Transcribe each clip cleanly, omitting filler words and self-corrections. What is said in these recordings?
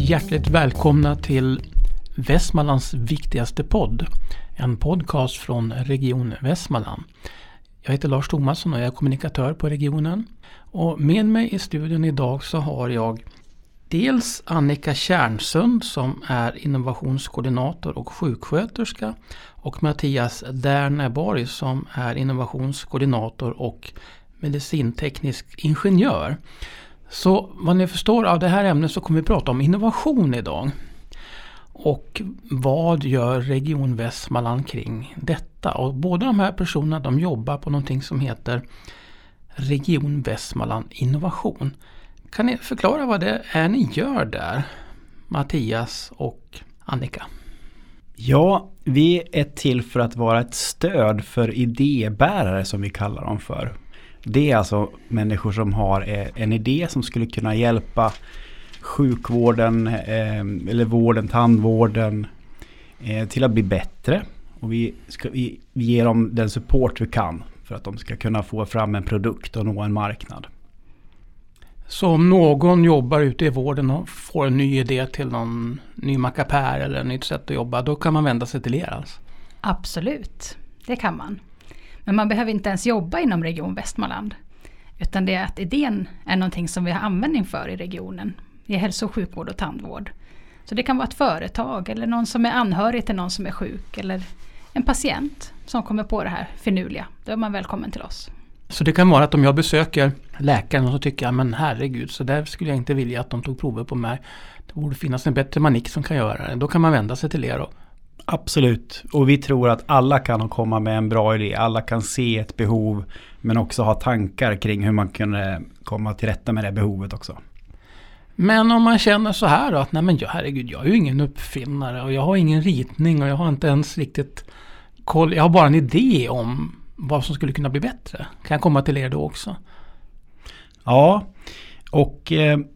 Hjärtligt välkomna till Västmanlands viktigaste podd. En podcast från Region Västmanland. Jag heter Lars Thomasson och jag är kommunikatör på regionen. Och med mig i studion idag så har jag dels Annika Kärnsund som är innovationskoordinator och sjuksköterska och Mattias Därneborg som är innovationskoordinator och medicinteknisk ingenjör. Så vad ni förstår av det här ämnet så kommer vi prata om innovation idag. Och vad gör Region Västmanland kring detta? Och båda de här personerna de jobbar på någonting som heter Region Västmanland Innovation. Kan ni förklara vad det är ni gör där, Mattias och Annika? Ja, vi är till för att vara ett stöd för idébärare som vi kallar dem för. Det är alltså människor som har en idé som skulle kunna hjälpa sjukvården eller vården, tandvården till att bli bättre. Och vi ger dem den support vi kan för att de ska kunna få fram en produkt och nå en marknad. Så om någon jobbar ute i vården och får en ny idé till någon ny mackapär eller ett nytt sätt att jobba, då kan man vända sig till er alltså? Absolut, det kan man. Men man behöver inte ens jobba inom Region Västmanland. Utan det är att idén är någonting som vi har användning för i regionen. I hälso- och sjukvård och tandvård. Så det kan vara ett företag eller någon som är anhörig till någon som är sjuk. Eller en patient som kommer på det här finurliga. Då är man välkommen till oss. Så det kan vara att om jag besöker läkaren och så tycker jag, men herregud, så där skulle jag inte vilja att de tog prover på mig. Det borde finnas en bättre manik som kan göra det. Då kan man vända sig till er då. Absolut, och vi tror att alla kan komma med en bra idé. Alla kan se ett behov men också ha tankar kring hur man kan komma till rätta med det behovet också. Men om man känner så här då, att nej men herregud, jag är ju ingen uppfinnare och jag har ingen ritning och jag har inte ens riktigt koll. Jag har bara en idé om vad som skulle kunna bli bättre. Kan jag komma till er då också? Ja, och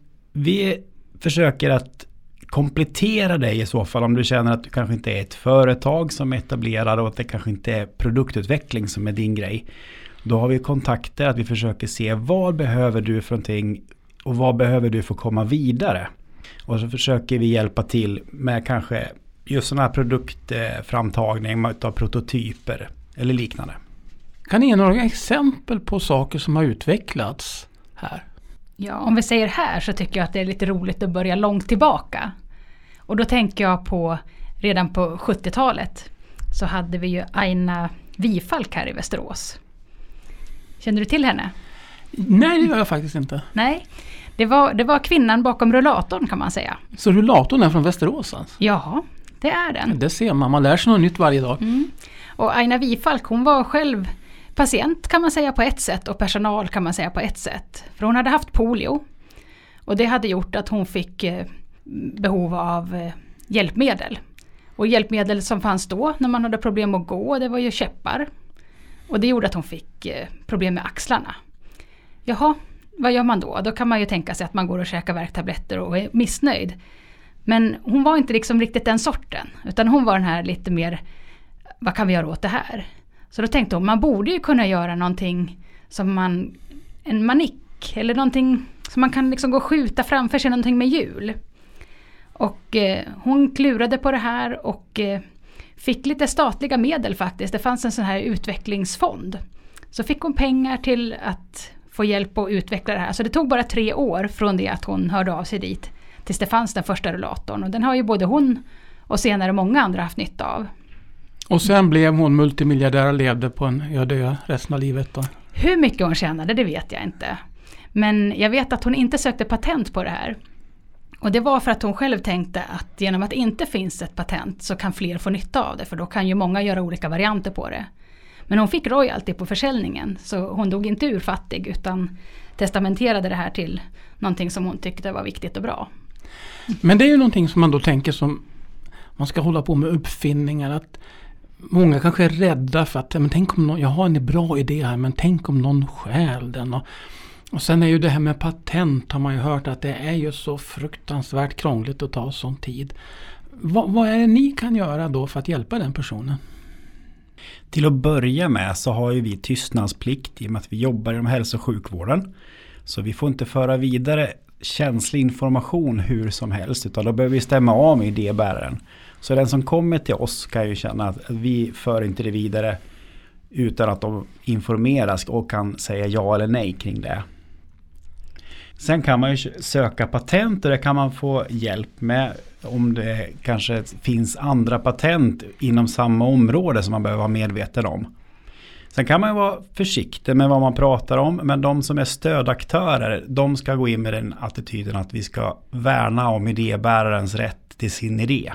vi försöker att komplettera dig i så fall om du känner att du kanske inte är ett företag som är etablerad och att det kanske inte är produktutveckling som är din grej. Då har vi kontakter att vi försöker se vad behöver du för någonting och vad behöver du för att komma vidare. Och så försöker vi hjälpa till med kanske just sån här produktframtagning av prototyper eller liknande. Kan ni ge några exempel på saker som har utvecklats här? Ja, om vi säger här så tycker jag att det är lite roligt att börja långt tillbaka. Och då tänker jag på redan på 70-talet så hade vi ju Aina Wifalk här i Västerås. Känner du till henne? Nej, det gör jag faktiskt inte. Nej, det var kvinnan bakom rullatorn kan man säga. Så rullatorn är från Västerås alltså? Ja, det är den. Det ser man lär sig något nytt varje dag. Mm. Och Aina Wifalk hon var själv patient kan man säga på ett sätt och personal kan man säga på ett sätt. För hon hade haft polio och det hade gjort att hon fick behov av hjälpmedel. Och hjälpmedel som fanns då när man hade problem att gå, det var ju käppar. Och det gjorde att hon fick problem med axlarna. Jaha, vad gör man då? Då kan man ju tänka sig att man går och käkar värktabletter och är missnöjd. Men hon var inte liksom riktigt den sorten. Utan hon var den här lite mer, vad kan vi göra åt det här? Så då tänkte hon, man borde ju kunna göra någonting som en manik eller någonting som man kan liksom gå och skjuta framför sig, någonting med hjul. Och hon klurade på det här och fick lite statliga medel faktiskt. Det fanns en sån här utvecklingsfond. Så fick hon pengar till att få hjälp att utveckla det här. Så det tog bara 3 år från det att hon hörde av sig dit tills det fanns den första rullatorn. Och den har ju både hon och senare många andra haft nytta av. Och sen blev hon multimiljardär och levde på en öde resten av livet då? Hur mycket hon tjänade, det vet jag inte. Men jag vet att hon inte sökte patent på det här. Och det var för att hon själv tänkte att genom att det inte finns ett patent så kan fler få nytta av det. För då kan ju många göra olika varianter på det. Men hon fick royalty på försäljningen så hon dog inte ur fattig utan testamenterade det här till någonting som hon tyckte var viktigt och bra. Men det är ju någonting som man då tänker som man ska hålla på med uppfinningar, att många kanske är rädda för att men tänk om någon, jag har en bra idé här men tänk om någon stjäl den. Och sen är ju det här med patent har man ju hört att det är ju så fruktansvärt krångligt att ta sån tid. Vad är det ni kan göra då för att hjälpa den personen? Till att börja med så har ju vi tystnadsplikt i och med att vi jobbar inom hälso- och sjukvården. Så vi får inte föra vidare känslig information hur som helst, utan då behöver vi stämma av med idébäraren. Så den som kommer till oss kan ju känna att vi för inte det vidare utan att de informeras och kan säga ja eller nej kring det. Sen kan man ju söka patent och det kan man få hjälp med om det kanske finns andra patent inom samma område som man behöver vara medveten om. Sen kan man ju vara försiktig med vad man pratar om, men de som är stödaktörer, de ska gå in med den attityden att vi ska värna om idébärarens rätt till sin idé.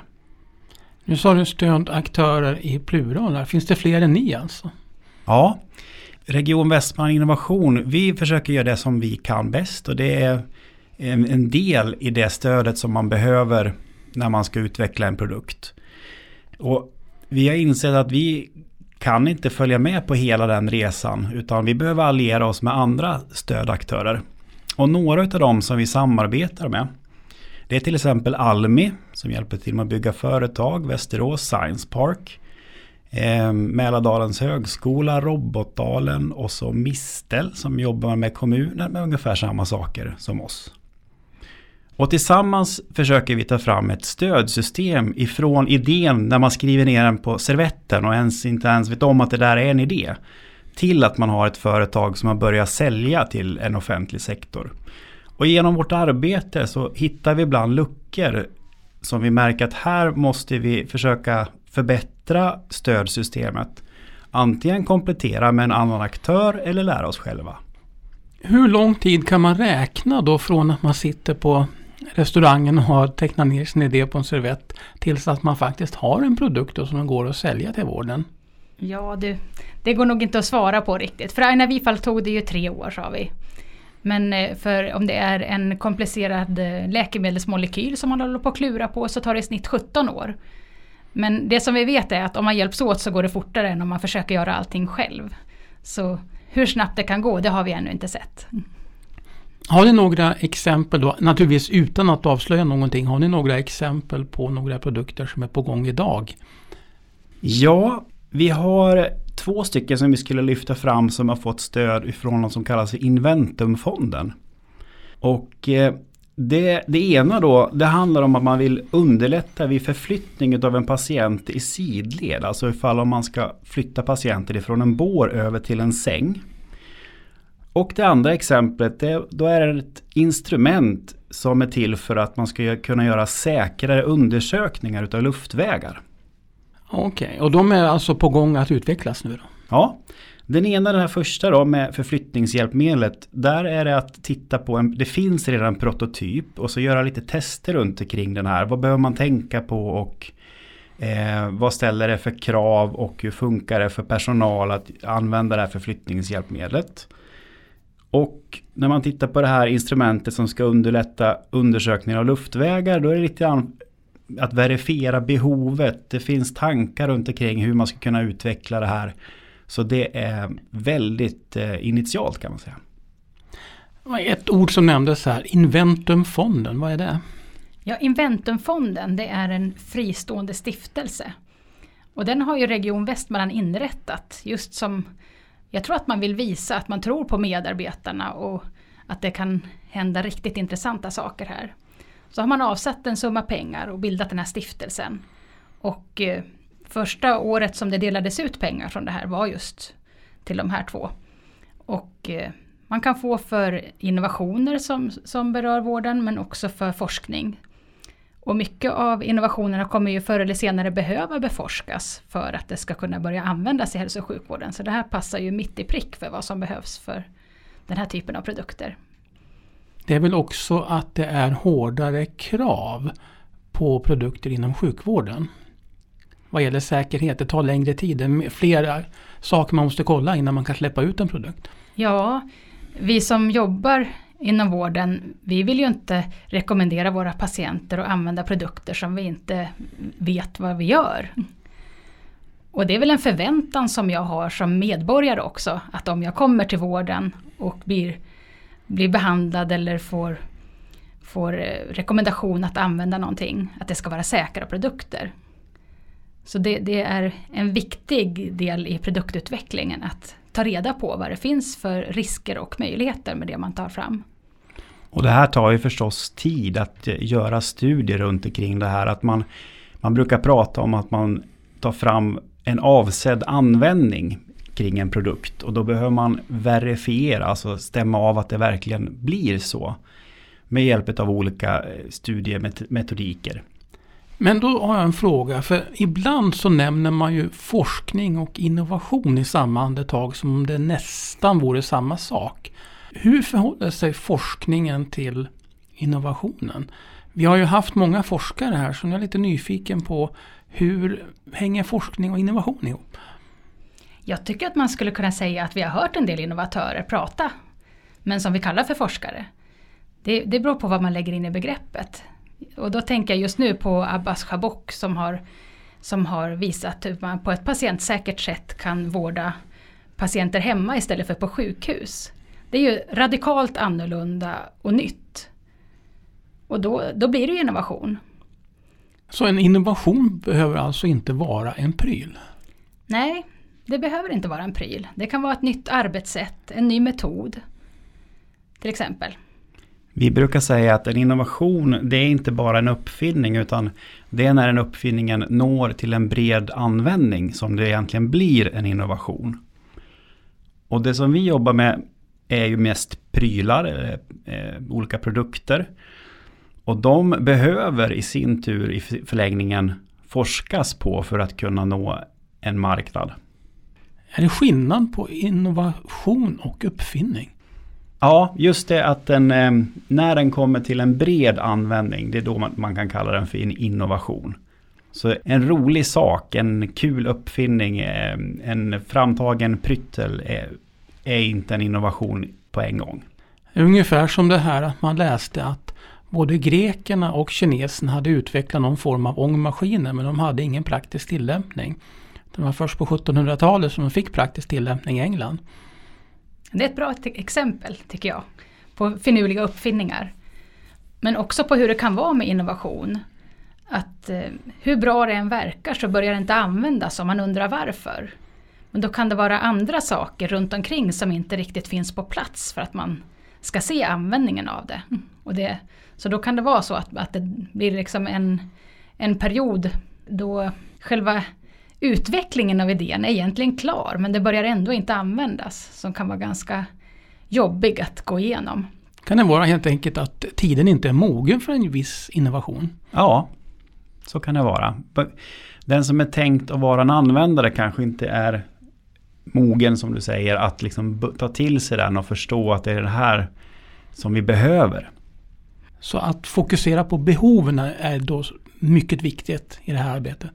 Nu sa du stödaktörer i plural. Finns det fler än ni alltså? Ja, Region Västmanland Innovation, vi försöker göra det som vi kan bäst och det är en del i det stödet som man behöver när man ska utveckla en produkt. Och vi har insett att vi kan inte följa med på hela den resan utan vi behöver alliera oss med andra stödaktörer. Och några av dem som vi samarbetar med, det är till exempel Almi som hjälper till med att bygga företag, Västerås Science Park, Mälardalens högskola, Robotdalen och så Mistel som jobbar med kommuner med ungefär samma saker som oss. Och tillsammans försöker vi ta fram ett stödsystem ifrån idén när man skriver ner den på servetten och inte ens vet om att det där är en idé till att man har ett företag som har börjat sälja till en offentlig sektor. Och genom vårt arbete så hittar vi ibland luckor som vi märker att här måste vi försöka förbättra stödsystemet. Antingen komplettera med en annan aktör eller lära oss själva. Hur lång tid kan man räkna då från att man sitter på restaurangen och har tecknat ner sin idé på en servett tills att man faktiskt har en produkt som går att sälja till vården? Ja, det går nog inte att svara på riktigt. För Aina Wifall tog det ju 3 år, sa vi. Men för om det är en komplicerad läkemedelsmolekyl som man håller på att klura på så tar det i snitt 17 år. Men det som vi vet är att om man hjälps åt så går det fortare än om man försöker göra allting själv. Så hur snabbt det kan gå, det har vi ännu inte sett. Har ni några exempel då, naturligtvis utan att avslöja någonting, har ni några exempel på några produkter som är på gång idag? Ja, vi har 2 stycken som vi skulle lyfta fram som har fått stöd ifrån något som kallas för Inventumfonden. Och det ena då, det handlar om att man vill underlätta vid förflyttning av en patient i sidled. Alltså ifall om man ska flytta patienter ifrån en bår över till en säng. Och det andra exemplet, då är det ett instrument som är till för att man ska kunna göra säkrare undersökningar utav luftvägar. Okej, och de är alltså på gång att utvecklas nu då? Ja, den här första då med förflyttningshjälpmedlet, där är det att titta på det finns redan en prototyp och så göra lite tester runt omkring den här. Vad behöver man tänka på och vad ställer det för krav och hur funkar det för personal att använda det här förflyttningshjälpmedlet? Och när man tittar på det här instrumentet som ska underlätta undersökningar av luftvägar, då är det lite att verifiera behovet. Det finns tankar runt omkring hur man ska kunna utveckla det här. Så det är väldigt initialt kan man säga. Ett ord som nämndes här, Inventumfonden, vad är det? Ja, Inventumfonden, det är en fristående stiftelse. Och den har ju Region Västmanland inrättat just som, jag tror att man vill visa att man tror på medarbetarna och att det kan hända riktigt intressanta saker här. Så har man avsatt en summa pengar och bildat den här stiftelsen. Och första året som det delades ut pengar från det här var just till de här 2. Och man kan få för innovationer som berör vården men också för forskning. Och mycket av innovationerna kommer ju förr eller senare behöva beforskas för att det ska kunna börja användas i hälso- och sjukvården. Så det här passar ju mitt i prick för vad som behövs för den här typen av produkter. Det är väl också att det är hårdare krav på produkter inom sjukvården. Vad gäller säkerhet, det tar längre tid. Det är flera saker man måste kolla innan man kan släppa ut en produkt. Ja, vi som jobbar inom vården, vi vill ju inte rekommendera våra patienter att använda produkter som vi inte vet vad vi gör. Och det är väl en förväntan som jag har som medborgare också, att om jag kommer till vården och blir behandlad eller får rekommendation att använda någonting, att det ska vara säkra produkter. Så det är en viktig del i produktutvecklingen att ta reda på vad det finns för risker och möjligheter med det man tar fram. Och det här tar ju förstås tid att göra studier runt omkring det här. Att man brukar prata om att man tar fram en avsedd användning kring en produkt. Och då behöver man verifiera, alltså stämma av att det verkligen blir så. Med hjälp av olika studiemetodiker. Men då har jag en fråga, för ibland så nämner man ju forskning och innovation i samma andetag som om det nästan vore samma sak. Hur förhåller sig forskningen till innovationen? Vi har ju haft många forskare här, så jag är lite nyfiken på hur hänger forskning och innovation ihop? Jag tycker att man skulle kunna säga att vi har hört en del innovatörer prata, men som vi kallar för forskare. Det beror på vad man lägger in i begreppet. Och då tänker jag just nu på Abbas Chabok som har visat hur man på ett patientsäkert sätt kan vårda patienter hemma istället för på sjukhus. Det är ju radikalt annorlunda och nytt. Och då blir det ju innovation. Så en innovation behöver alltså inte vara en pryl? Nej, det behöver inte vara en pryl. Det kan vara ett nytt arbetssätt, en ny metod till exempel. Vi brukar säga att en innovation, det är inte bara en uppfinning, utan det är när den uppfinningen når till en bred användning som det egentligen blir en innovation. Och det som vi jobbar med är ju mest prylar, olika produkter. Och de behöver i sin tur i förlängningen forskas på för att kunna nå en marknad. Är det skillnad på innovation och uppfinning? Ja, just det att när den kommer till en bred användning, det är då man kan kalla den för en innovation. Så en rolig sak, en kul uppfinning, en framtagen pryttel är inte en innovation på en gång. Ungefär som det här att man läste att både grekerna och kineserna hade utvecklat någon form av ångmaskiner, men de hade ingen praktisk tillämpning. Det var först på 1700-talet som de fick praktisk tillämpning i England. Det är ett bra exempel tycker jag på finurliga uppfinningar. Men också på hur det kan vara med innovation. Att hur bra det än verkar så börjar det inte användas om man undrar varför. Men då kan det vara andra saker runt omkring som inte riktigt finns på plats för att man ska se användningen av det. Så då kan det vara så att det blir liksom en period då själva utvecklingen av idén är egentligen klar, men det börjar ändå inte användas, som kan vara ganska jobbig att gå igenom. Kan det vara helt enkelt att tiden inte är mogen för en viss innovation? Ja, så kan det vara. Den som är tänkt att vara en användare kanske inte är mogen, som du säger, att liksom ta till sig den och förstå att det är det här som vi behöver. Så att fokusera på behoven är då mycket viktigt i det här arbetet?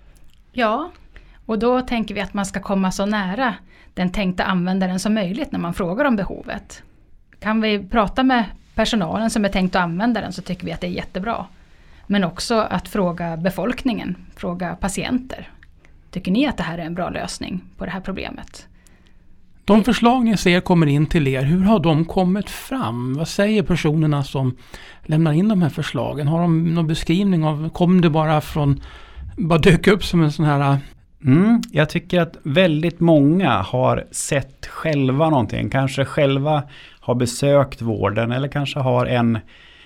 Ja, och då tänker vi att man ska komma så nära den tänkta användaren som möjligt när man frågar om behovet. Kan vi prata med personalen som är tänkt att använda den så tycker vi att det är jättebra. Men också att fråga befolkningen, fråga patienter. Tycker ni att det här är en bra lösning på det här problemet? De förslag ni ser kommer in till er, hur har de kommit fram? Vad säger personerna som lämnar in de här förslagen? Har de någon beskrivning av, kom det bara dök upp som en sån här... Jag tycker att väldigt många har sett själva någonting. Kanske själva har besökt vården eller kanske har en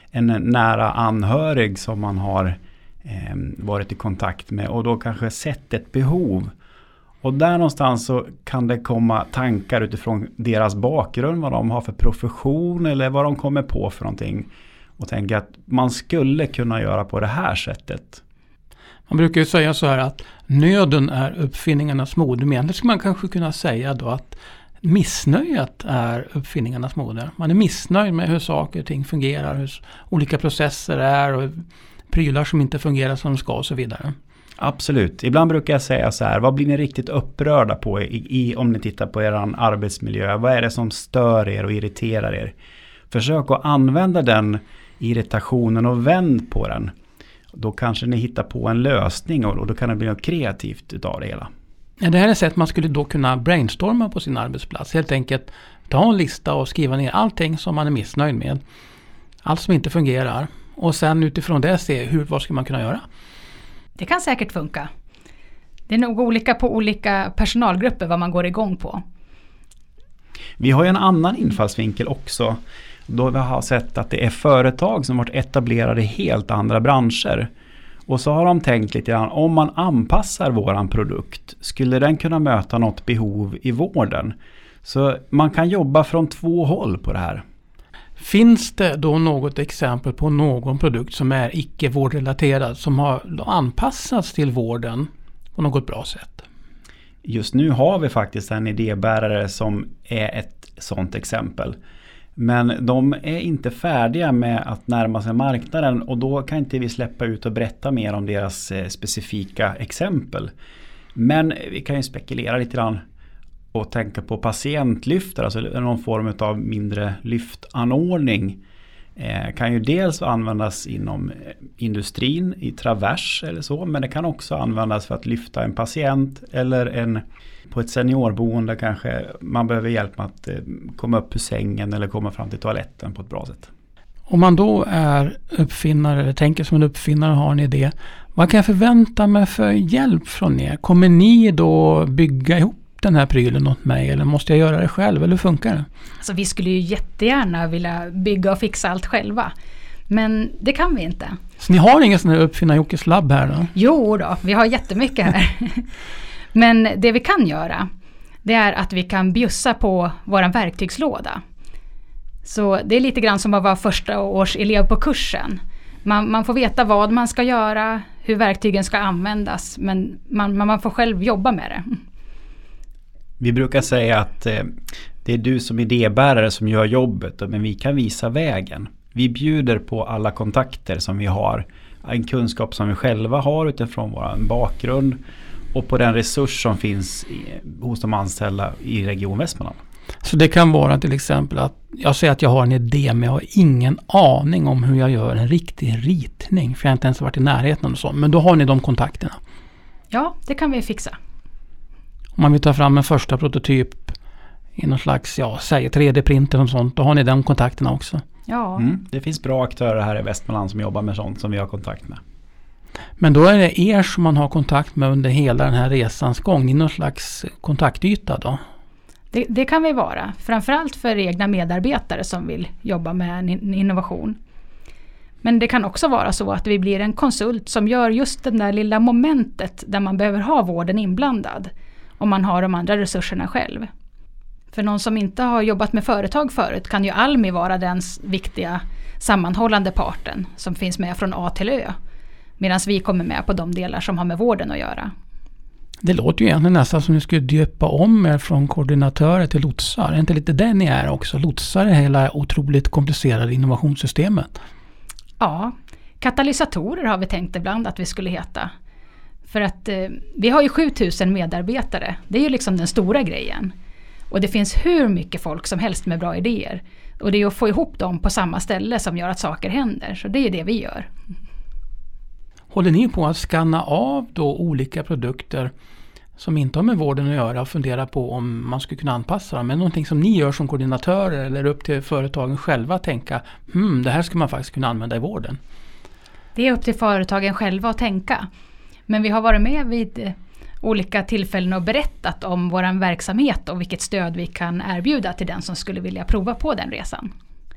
nära anhörig som man har varit i kontakt med och då kanske sett ett behov. Och där någonstans så kan det komma tankar utifrån deras bakgrund, vad de har för profession eller vad de kommer på för någonting. Och tänka att man skulle kunna göra på det här sättet. Man brukar ju säga så här att nöden är uppfinningarnas moder. Men det skulle man kanske kunna säga då att missnöjet är uppfinningarnas moder. Man är missnöjd med hur saker och ting fungerar, hur olika processer är och prylar som inte fungerar som de ska och så vidare. Absolut. Ibland brukar jag säga så här, vad blir ni riktigt upprörda på om ni tittar på er arbetsmiljö? Vad är det som stör er och irriterar er? Försök att använda den irritationen och vänd på den. Då kanske ni hittar på en lösning och då kan det bli något kreativt utav det hela. Ja, det här är ett sätt man skulle då kunna brainstorma på sin arbetsplats. Helt enkelt ta en lista och skriva ner allting som man är missnöjd med. Allt som inte fungerar. Och sen utifrån det se vad ska man kunna göra. Det kan säkert funka. Det är nog olika på olika personalgrupper vad man går igång på. Vi har ju en annan infallsvinkel också. Då vi har sett att det är företag som varit etablerade i helt andra branscher. Och så har de tänkt lite grann, om man anpassar våran produkt, skulle den kunna möta något behov i vården? Så man kan jobba från 2 håll på det här. Finns det då något exempel på någon produkt som är icke-vårdrelaterad som har anpassats till vården på något bra sätt? Just nu har vi faktiskt en idébärare som är ett sådant exempel. Men de är inte färdiga med att närma sig marknaden och då kan inte vi släppa ut och berätta mer om deras specifika exempel. Men vi kan ju spekulera lite grann och tänka på patientlyftar, alltså någon form av mindre lyftanordning. Kan ju dels användas inom industrin i travers eller så, men det kan också användas för att lyfta en patient eller på ett seniorboende kanske man behöver hjälp med att komma upp ur sängen eller komma fram till toaletten på ett bra sätt. Om man då är uppfinnare eller tänker som en uppfinnare och har en idé, vad kan jag förvänta mig för hjälp från er? Kommer ni då bygga ihop den här prylen åt mig eller måste jag göra det själv eller hur funkar det? Alltså, vi skulle ju jättegärna vilja bygga och fixa allt själva. Men det kan vi inte. Så ni har ingen sån här uppfinnar-Jockes labb här då? Jo då, vi har jättemycket här. Men det vi kan göra, det är att vi kan bjussa på våran verktygslåda. Så det är lite grann som att vara första års elev på kursen. Man får veta vad man ska göra, hur verktygen ska användas, men man får själv jobba med det. Vi brukar säga att det är du som idébärare som gör jobbet, men vi kan visa vägen. Vi bjuder på alla kontakter som vi har, en kunskap som vi själva har utifrån vår bakgrund och på den resurs som finns hos de anställda i Region Västmanland. Så det kan vara till exempel att jag säger att jag har en idé men jag har ingen aning om hur jag gör en riktig ritning för jag har inte ens varit i närheten och så. Men då har ni de kontakterna. Ja, det kan vi fixa. Om man vill ta fram en första prototyp i någon slags, säg 3D-printer och sånt, då har ni de kontakterna också. Ja. Det finns bra aktörer här i Västmanland som jobbar med sånt som vi har kontakt med. Men då är det er som man har kontakt med under hela den här resans gång, i någon slags kontaktyta då? Det kan vi vara, framförallt för egna medarbetare som vill jobba med en innovation. Men det kan också vara så att vi blir en konsult som gör just det där lilla momentet där man behöver ha vården inblandad om man har de andra resurserna själv. För någon som inte har jobbat med företag förut kan ju Almi vara den viktiga sammanhållande parten som finns med från A till Ö. Medan vi kommer med på de delar som har med vården att göra. Det låter ju egentligen nästan som ni skulle döpa om er från koordinatörer till lotsar. Är inte lite det ni är också? Lotsar är hela otroligt komplicerade innovationssystemet. Ja, katalysatorer har vi tänkt ibland att vi skulle heta. För att vi har ju 7000 medarbetare. Det är ju liksom den stora grejen. Och det finns hur mycket folk som helst med bra idéer. Och det är att få ihop dem på samma ställe som gör att saker händer. Så det är det vi gör. Håller ni på att skanna av då olika produkter som inte har med vården att göra och fundera på om man skulle kunna anpassa dem? Men någonting som ni gör som koordinatörer eller upp till företagen själva att tänka, det här skulle man faktiskt kunna använda i vården. Det är upp till företagen själva att tänka. Men vi har varit med vid olika tillfällen och berättat om vår verksamhet och vilket stöd vi kan erbjuda till den som skulle vilja prova på den resan.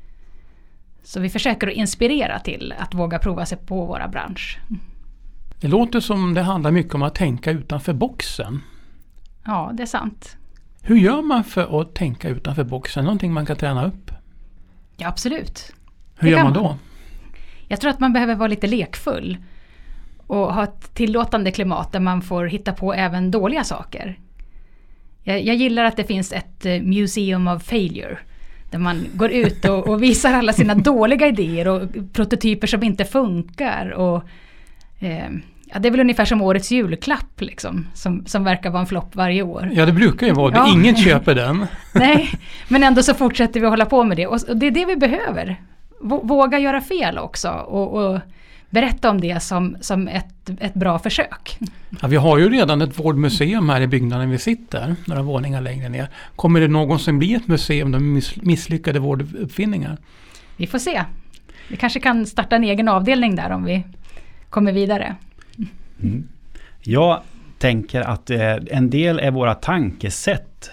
Så vi försöker att inspirera till att våga prova sig på våra bransch. Det låter som det handlar mycket om att tänka utanför boxen. Ja, det är sant. Hur gör man för att tänka utanför boxen? Någonting man kan träna upp? Ja, absolut. Hur gör man då? Jag tror att man behöver vara lite lekfull. Och ha ett tillåtande klimat där man får hitta på även dåliga saker. Jag gillar att det finns ett museum of failure. Där man går ut och visar alla sina dåliga idéer och prototyper som inte funkar. Och, det är väl ungefär som årets julklapp liksom, som verkar vara en flopp varje år. Ja, det brukar ju vara. Ja. Ingen köper den. Nej, men ändå så fortsätter vi att hålla på med det. Och det är det vi behöver. Våga göra fel också och berätta om det som ett bra försök. Ja, vi har ju redan ett vårdmuseum här i byggnaden vi sitter, några våningar längre ner. Kommer det någonsin bli ett museum med misslyckade vårduppfinningar? Vi får se. Vi kanske kan starta en egen avdelning där om vi kommer vidare. Jag tänker att en del är våra tankesätt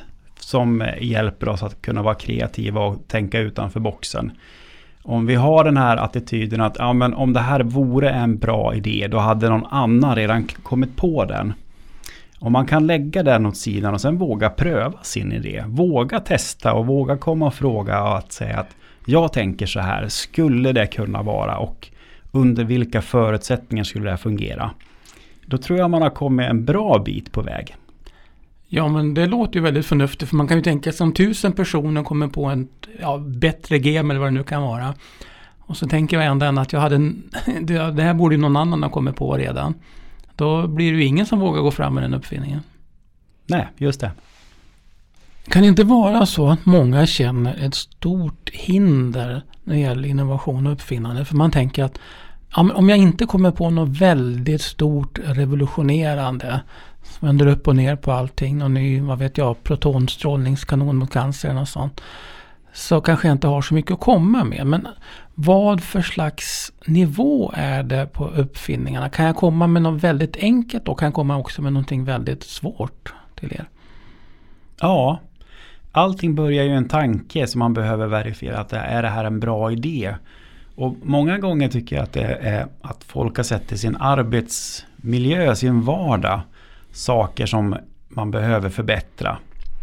som hjälper oss att kunna vara kreativa och tänka utanför boxen. Om vi har den här attityden att ja, men om det här vore en bra idé, då hade någon annan redan kommit på den. Om man kan lägga den åt sidan och sen våga pröva sin idé. Våga testa och våga komma och fråga och att säga att jag tänker så här, skulle det kunna vara och under vilka förutsättningar skulle det fungera? Då tror jag man har kommit en bra bit på väg. Ja, men det låter ju väldigt förnuftigt, för man kan ju tänka sig om 1000 personer kommer på en bättre game eller vad det nu kan vara. Och så tänker jag ändå att det här borde ju någon annan ha kommit på redan. Då blir det ju ingen som vågar gå fram med den uppfinningen. Nej, just det. Kan det inte vara så att många känner ett stort hinder när det gäller innovation och uppfinnande? För man tänker att om jag inte kommer på något väldigt stort revolutionerande som vänder upp och ner på allting, någon ny, protonstrålningskanon mot cancer och sånt, så kanske jag inte har så mycket att komma med. Men vad för slags nivå är det på uppfinningarna? Kan jag komma med något väldigt enkelt och kan jag komma också med någonting väldigt svårt till er? Ja, allting börjar ju en tanke som man behöver verifiera att är det här en bra idé. Och många gånger tycker jag att det är att folk har sett i sin arbetsmiljö, sin vardag, saker som man behöver förbättra.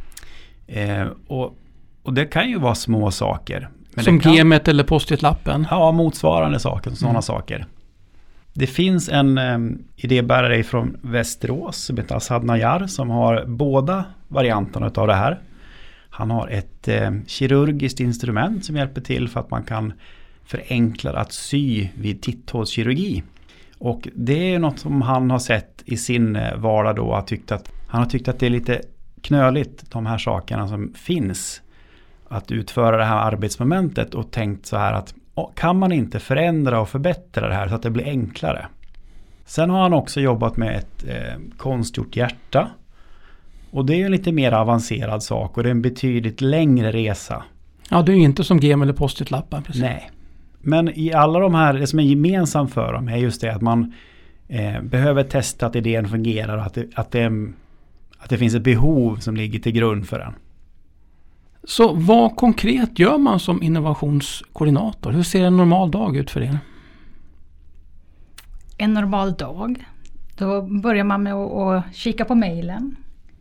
Och det kan ju vara små saker. Men som gemet eller post-it-lappen? Ja, motsvarande saker, sådana saker. Det finns en idébärare från Västerås som heter Asad Najar som har båda varianterna av det här. Han har ett kirurgiskt instrument som hjälper till för att man kan förenkla att sy vid titthålskirurgi. Och det är något som han har sett i sin vardag då. Han har tyckt att det är lite knöligt, de här sakerna som finns, att utföra det här arbetsmomentet, och tänkt så här att kan man inte förändra och förbättra det här så att det blir enklare? Sen har han också jobbat med ett konstgjort hjärta. Och det är en lite mer avancerad sak och det är en betydligt längre resa. Ja, det är ju inte som gem eller post-it-lappar. Precis. Nej. Men i alla de här, det som är gemensamt för dem är just det att man behöver testa att idén fungerar och att det finns ett behov som ligger till grund för den. Så vad konkret gör man som innovationskoordinator? Hur ser en normal dag ut för er? En normal dag, då börjar man med att kika på mejlen.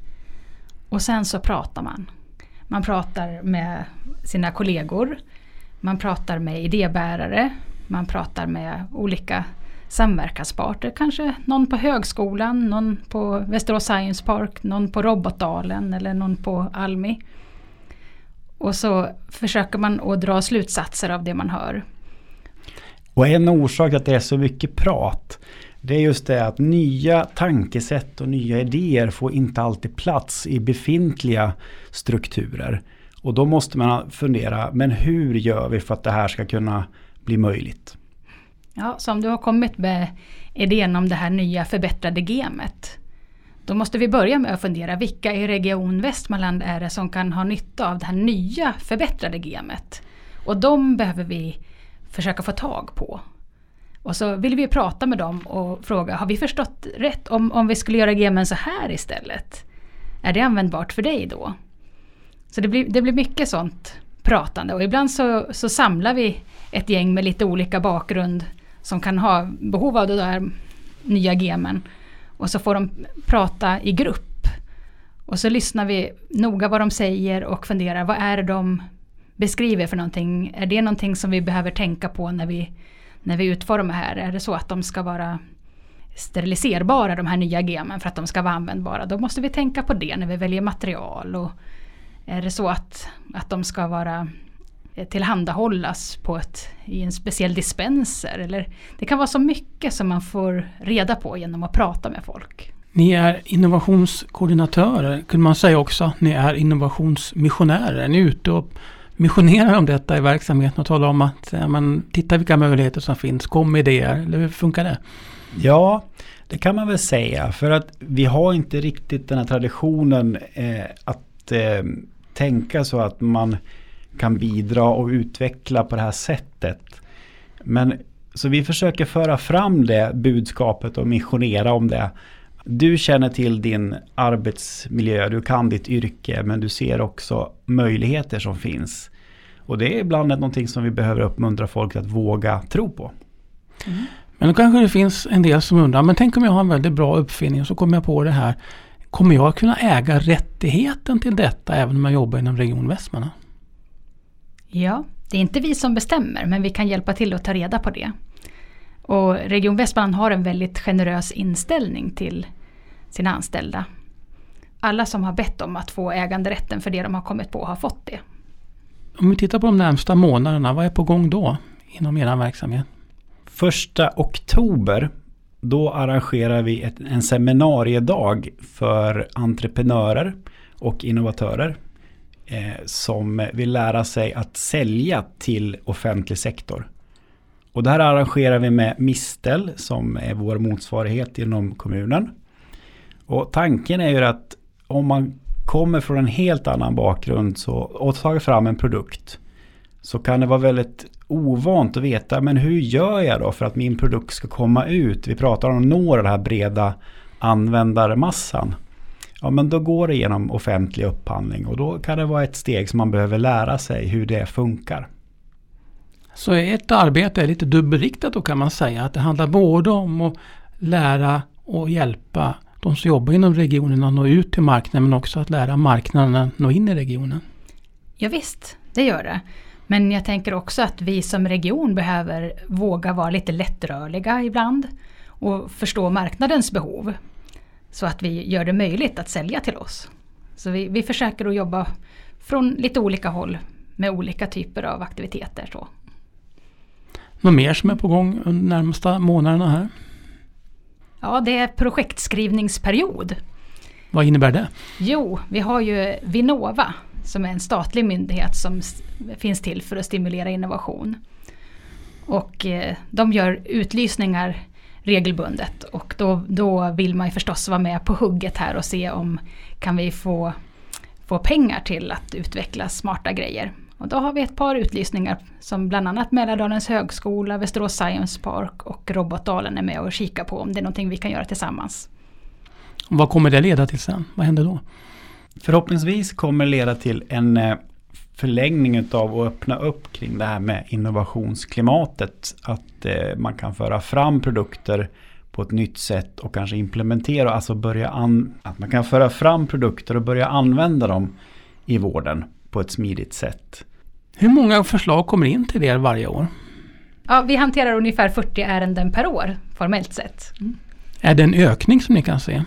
Och sen så pratar man. Man pratar med sina kollegor. Man pratar med idébärare. Man pratar med olika samverkansparter. Kanske någon på högskolan, någon på Västerås Science Park, någon på Robotdalen eller någon på Almi. Och så försöker man att dra slutsatser av det man hör. Och en orsak att det är så mycket prat, det är just det att nya tankesätt och nya idéer får inte alltid plats i befintliga strukturer. Och då måste man fundera, men hur gör vi för att det här ska kunna bli möjligt? Ja, så om du har kommit med idén om det här nya förbättrade gamet, då måste vi börja med att fundera vilka i Region Västmanland är det som kan ha nytta av det här nya förbättrade gamet. Och de behöver vi försöka få tag på. Och så vill vi prata med dem och fråga, har vi förstått rätt om vi skulle göra gamen så här istället? Är det användbart för dig då? Så det blir mycket sånt pratande, och ibland så samlar vi ett gäng med lite olika bakgrund som kan ha behov av det där nya gamen. Och så får de prata i grupp. Och så lyssnar vi noga vad de säger och funderar, vad är det de beskriver för någonting? Är det någonting som vi behöver tänka på när vi utformar här? Är det så att de ska vara steriliserbara, de här nya gamen, för att de ska vara användbara? Då måste vi tänka på det när vi väljer material. Och är det så att de ska vara tillhandahållas i en speciell dispenser? Eller det kan vara så mycket som man får reda på genom att prata med folk. Ni är innovationskoordinatörer. Kunde man säga också att ni är innovationsmissionärer? Ni är ute och missionerar om detta i verksamheten och talar om att titta vilka möjligheter som finns, kom med idéer. Eller hur funkar det? Ja, det kan man väl säga. För att vi har inte riktigt den här traditionen att tänka så att man kan bidra och utveckla på det här sättet. Men så vi försöker föra fram det budskapet och missionera om det. du känner till din arbetsmiljö, du kan ditt yrke, men du ser också möjligheter som finns. Och det är ibland någonting som vi behöver uppmuntra folk att våga tro på. Mm. Men då kanske det finns en del som undrar, men tänk om jag har en väldigt bra uppfinning och så kommer jag på det här. Kommer jag kunna äga rättigheten till detta även om jag jobbar inom Region Västmanland? Ja, det är inte vi som bestämmer, men vi kan hjälpa till att ta reda på det. Och Region Västmanland har en väldigt generös inställning till sina anställda. Alla som har bett om att få äganderätten för det de har kommit på har fått det. Om vi tittar på de närmsta månaderna, vad är på gång då inom er verksamhet? 1 oktober, då arrangerar vi en seminariedag för entreprenörer och innovatörer som vill lära sig att sälja till offentlig sektor. Och det här arrangerar vi med Mistel som är vår motsvarighet inom kommunen. Och tanken är ju att om man kommer från en helt annan bakgrund och tar fram en produkt, så kan det vara väldigt ovant att veta, men hur gör jag då för att min produkt ska komma ut? Vi pratar om att nå den här breda användarmassan. Ja, men då går det genom offentlig upphandling och då kan det vara ett steg som man behöver lära sig hur det funkar. Så ett arbete är lite dubbelriktat då, kan man säga, att det handlar både om att lära och hjälpa de som jobbar inom regionen att nå ut till marknaden, men också att lära marknaden att nå in i regionen. Ja visst, det gör det. Men jag tänker också att vi som region behöver våga vara lite lättrörliga ibland och förstå marknadens behov så att vi gör det möjligt att sälja till oss. Så vi försöker att jobba från lite olika håll med olika typer av aktiviteter. Så. Något mer som är på gång under närmaste månaderna här? Ja, det är projektskrivningsperiod. Vad innebär det? Jo, vi har ju Vinnova som är en statlig myndighet som finns till för att stimulera innovation. Och de gör utlysningar regelbundet och då vill man ju förstås vara med på hugget här och se om kan vi få pengar till att utveckla smarta grejer. Och då har vi ett par utlysningar som bland annat Mälardalens högskola, Västerås Science Park och Robotdalen är med och kika på om det är någonting vi kan göra tillsammans. Vad kommer det leda till sen? Vad händer då? Förhoppningsvis kommer det leda till en förlängning av att öppna upp kring det här med innovationsklimatet. Att man kan föra fram produkter på ett nytt sätt och kanske implementera, alltså att man kan föra fram produkter och börja använda dem i vården på ett smidigt sätt. Hur många förslag kommer in till er varje år? Ja, vi hanterar ungefär 40 ärenden per år formellt sett. Mm. Är det en ökning som ni kan se?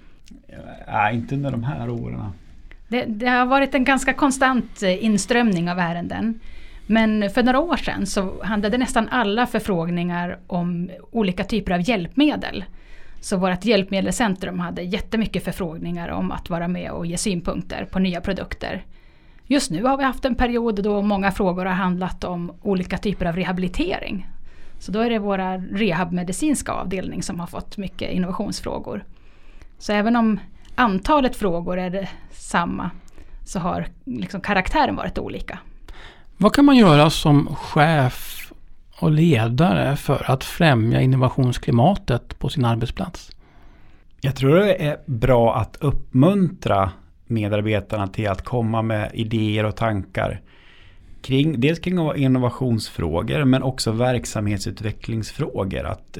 Nej, inte under de här åren. Det har varit en ganska konstant inströmning av ärenden. Men för några år sedan så handlade nästan alla förfrågningar om olika typer av hjälpmedel. Så vårt hjälpmedelscentrum hade jättemycket förfrågningar om att vara med och ge synpunkter på nya produkter. Just nu har vi haft en period då många frågor har handlat om olika typer av rehabilitering. Så då är det våra rehabmedicinska avdelning som har fått mycket innovationsfrågor. Så även om antalet frågor är det samma så har liksom karaktären varit olika. Vad kan man göra som chef och ledare för att främja innovationsklimatet på sin arbetsplats? Jag tror det är bra att uppmuntra medarbetarna till att komma med idéer och tankar dels kring innovationsfrågor men också verksamhetsutvecklingsfrågor. Att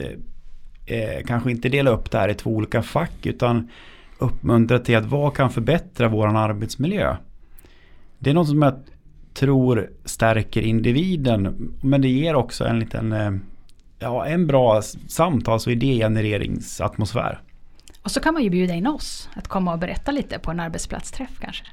kanske inte dela upp det här i 2 olika fack utan uppmuntra till att vad kan förbättra vår arbetsmiljö. Det är något som jag tror stärker individen, men det ger också en bra samtals- och idégenereringsatmosfär. Och så kan man ju bjuda in oss att komma och berätta lite på en arbetsplatsträff kanske.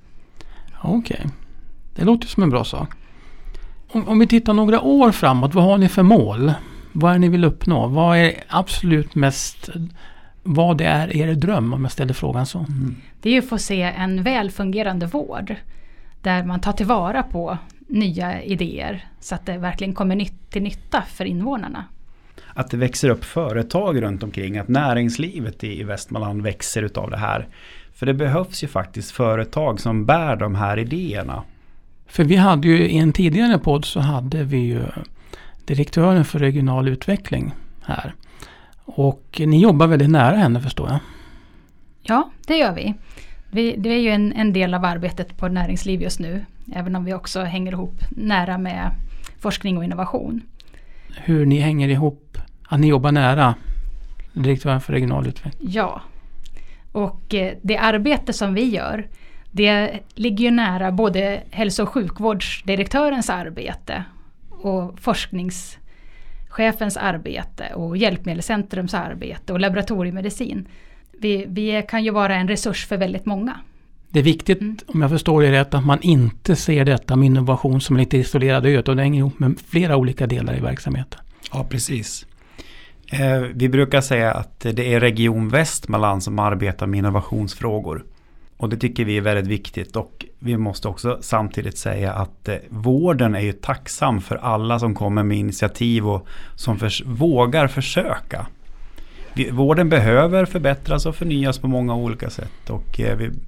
Okej, det låter som en bra sak. Om vi tittar några år framåt, vad har ni för mål? Vad är ni vill uppnå? Vad är absolut mest, vad är er dröm om jag ställer frågan så? Det är ju att få se en väl fungerande vård där man tar tillvara på nya idéer så att det verkligen kommer till nytta för invånarna. Att det växer upp företag runt omkring, att näringslivet i Västmanland växer utav det här. För det behövs ju faktiskt företag som bär de här idéerna. För vi hade ju i en tidigare podd så hade vi ju direktören för regional utveckling här. Och ni jobbar väldigt nära henne förstår jag. Ja, det gör vi. Det är ju en del av arbetet på näringsliv just nu. Även om vi också hänger ihop nära med forskning och innovation. Hur ni hänger ihop, att ni jobbar nära direktören för regional utveckling? Ja, och det arbete som vi gör, det ligger ju nära både hälso- och sjukvårdsdirektörens arbete och forskningschefens arbete och hjälpmedelscentrums arbete och laboratoriemedicin. Vi kan ju vara en resurs för väldigt många. Det är viktigt, om jag förstår det rätt, att man inte ser detta med innovation som lite isolerad ö, och det hänger ihop med flera olika delar i verksamheten. Ja, precis. Vi brukar säga att det är Region Västmanland som arbetar med innovationsfrågor. Och det tycker vi är väldigt viktigt, och vi måste också samtidigt säga att vården är ju tacksam för alla som kommer med initiativ och som vågar försöka. Vården behöver förbättras och förnyas på många olika sätt, och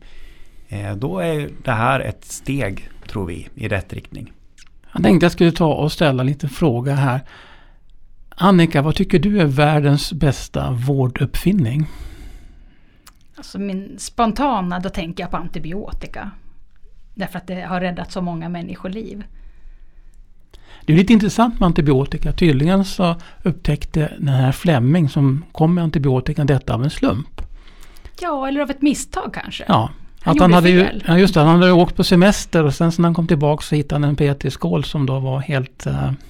då är det här ett steg, tror vi, i rätt riktning. Jag tänkte jag skulle ta och ställa lite fråga här. Annika, vad tycker du är världens bästa vårduppfinning? Alltså min spontana, då tänker jag på antibiotika. Därför att det har räddat så många människoliv. Det är lite intressant med antibiotika. Tydligen så upptäckte den här Fleming som kom med antibiotika detta av en slump. Ja, eller av ett misstag kanske. Ja. Han hade åkt på semester, och sen när han kom tillbaka så hittade han en petriskål som då var helt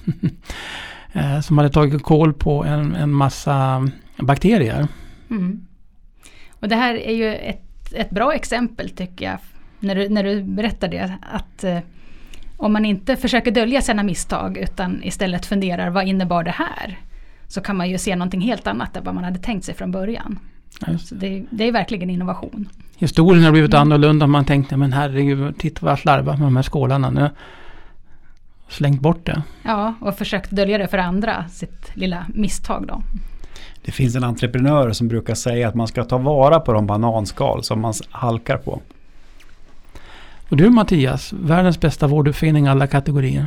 som hade tagit koll på en massa bakterier. Mm. Och det här är ju ett bra exempel, tycker jag, när du berättar det, att om man inte försöker dölja sina misstag utan istället funderar, vad innebar det här? Så kan man ju se någonting helt annat än vad man hade tänkt sig från början. Så det är verkligen innovation. Historien har blivit annorlunda. Man tänkte, men herregud, titta vad jag slarvar med de här skålarna nu. Slängt bort det. Ja, och försökt dölja det för andra, sitt lilla misstag då. Det finns en entreprenör som brukar säga att man ska ta vara på de bananskal som man halkar på. Och du, Mattias, världens bästa vårduppfinning i alla kategorier?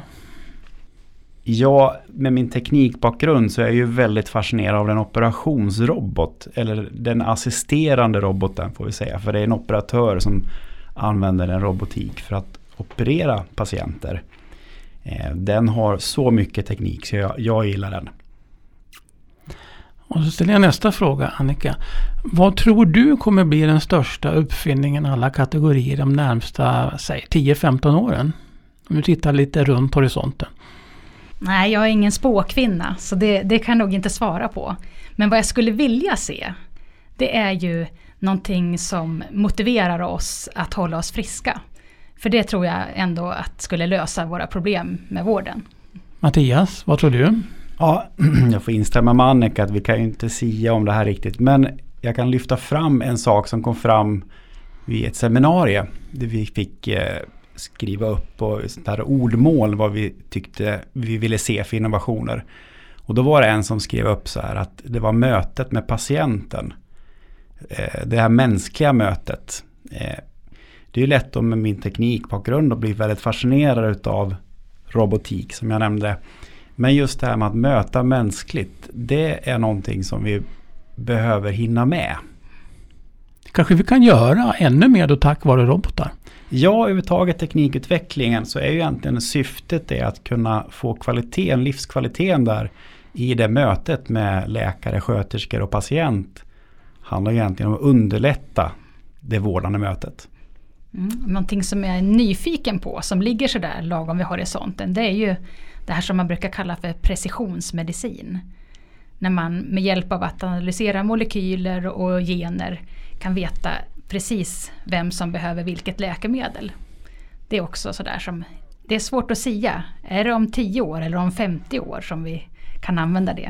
Ja, med min teknikbakgrund så är jag ju väldigt fascinerad av en operationsrobot, eller den assisterande roboten får vi säga, för det är en operatör som använder en robotik för att operera patienter. Den har så mycket teknik så jag gillar den. Och så ställer jag nästa fråga, Annika. Vad tror du kommer bli den största uppfinningen i alla kategorier de närmsta 10-15 åren? Om du tittar lite runt horisonten. Nej, jag är ingen spåkvinna, så det kan jag nog inte svara på. Men vad jag skulle vilja se, det är ju någonting som motiverar oss att hålla oss friska. För det tror jag ändå att skulle lösa våra problem med vården. Mattias, vad tror du? Ja, jag får instämma med Annika att vi kan ju inte säga om det här riktigt. Men jag kan lyfta fram en sak som kom fram vid ett seminarium där vi fick skriva upp på sånt här ordmål vad vi tyckte vi ville se för innovationer. Och då var det en som skrev upp så här att det var mötet med patienten. Det här mänskliga mötet. Det är ju lätt om med min teknikbakgrund att bli väldigt fascinerad av robotik som jag nämnde. Men just det här med att möta mänskligt, det är någonting som vi behöver hinna med. Kanske vi kan göra ännu mer då tack vare robotar? Ja, överhuvudtaget teknikutvecklingen så är ju egentligen syftet är att kunna få kvaliteten, livskvaliteten där i det mötet med läkare, sköterskor och patient. Handlar egentligen om att underlätta det vårdande mötet. Någonting som jag är nyfiken på, som ligger så där lagom vid horisonten, det är ju det här som man brukar kalla för precisionsmedicin. När man med hjälp av att analysera molekyler och gener kan veta precis vem som behöver vilket läkemedel. Det är också sådär som, det är svårt att säga. Är det om 10 år eller om 50 år som vi kan använda det?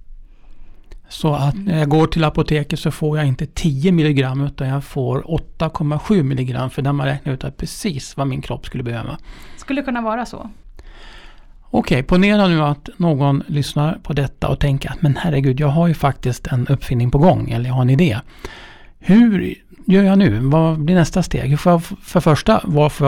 Så att när jag går till apoteket så får jag inte 10 milligram utan jag får 8,7 milligram, för där man räknar ut precis vad min kropp skulle behöva. Skulle kunna vara så. Okej, ponera nu att någon lyssnar på detta och tänker att men herregud, jag har ju faktiskt en uppfinning på gång, eller jag har en idé. Hur gör jag nu? Vad blir nästa steg? För första,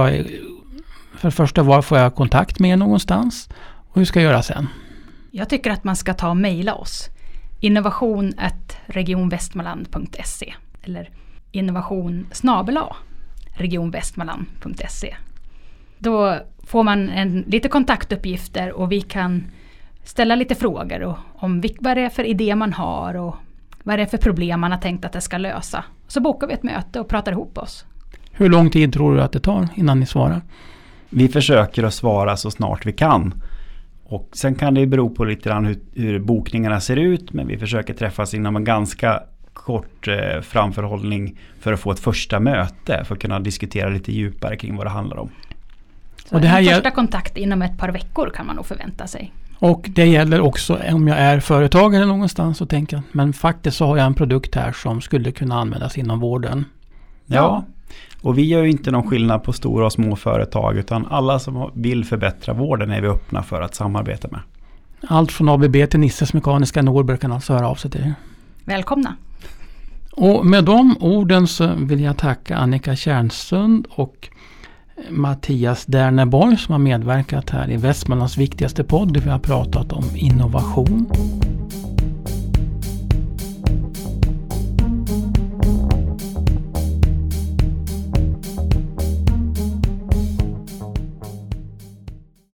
var får jag kontakt med er någonstans? Och hur ska jag göra sen? Jag tycker att man ska ta och mejla oss. innovation@regionvestmanland.se eller innovation@regionvästmanland.se. Då får man lite kontaktuppgifter och vi kan ställa lite frågor om vad det är för idé man har och vad det är för problem man har tänkt att det ska lösa. Så bokar vi ett möte och pratar ihop oss. Hur lång tid tror du att det tar innan ni svarar? Vi försöker att svara så snart vi kan. Och sen kan det bero på lite grann hur bokningarna ser ut, men vi försöker träffas inom en ganska kort framförhållning för att få ett första möte för att kunna diskutera lite djupare kring vad det handlar om. Så och det här första kontakt inom ett par veckor kan man nog förvänta sig. Och det gäller också om jag är företagare någonstans och tänker, men faktiskt så har jag en produkt här som skulle kunna användas inom vården. Ja, och vi gör ju inte någon skillnad på stora och små företag, utan alla som vill förbättra vården är vi öppna för att samarbeta med. Allt från ABB till Nisses Mekaniska Norberg kan alltså höra av sig till er. Välkomna! Och med de orden så vill jag tacka Annika Tjärnsund och Mattias Derneborg som har medverkat här i Västmanlands viktigaste podd där vi har pratat om innovation.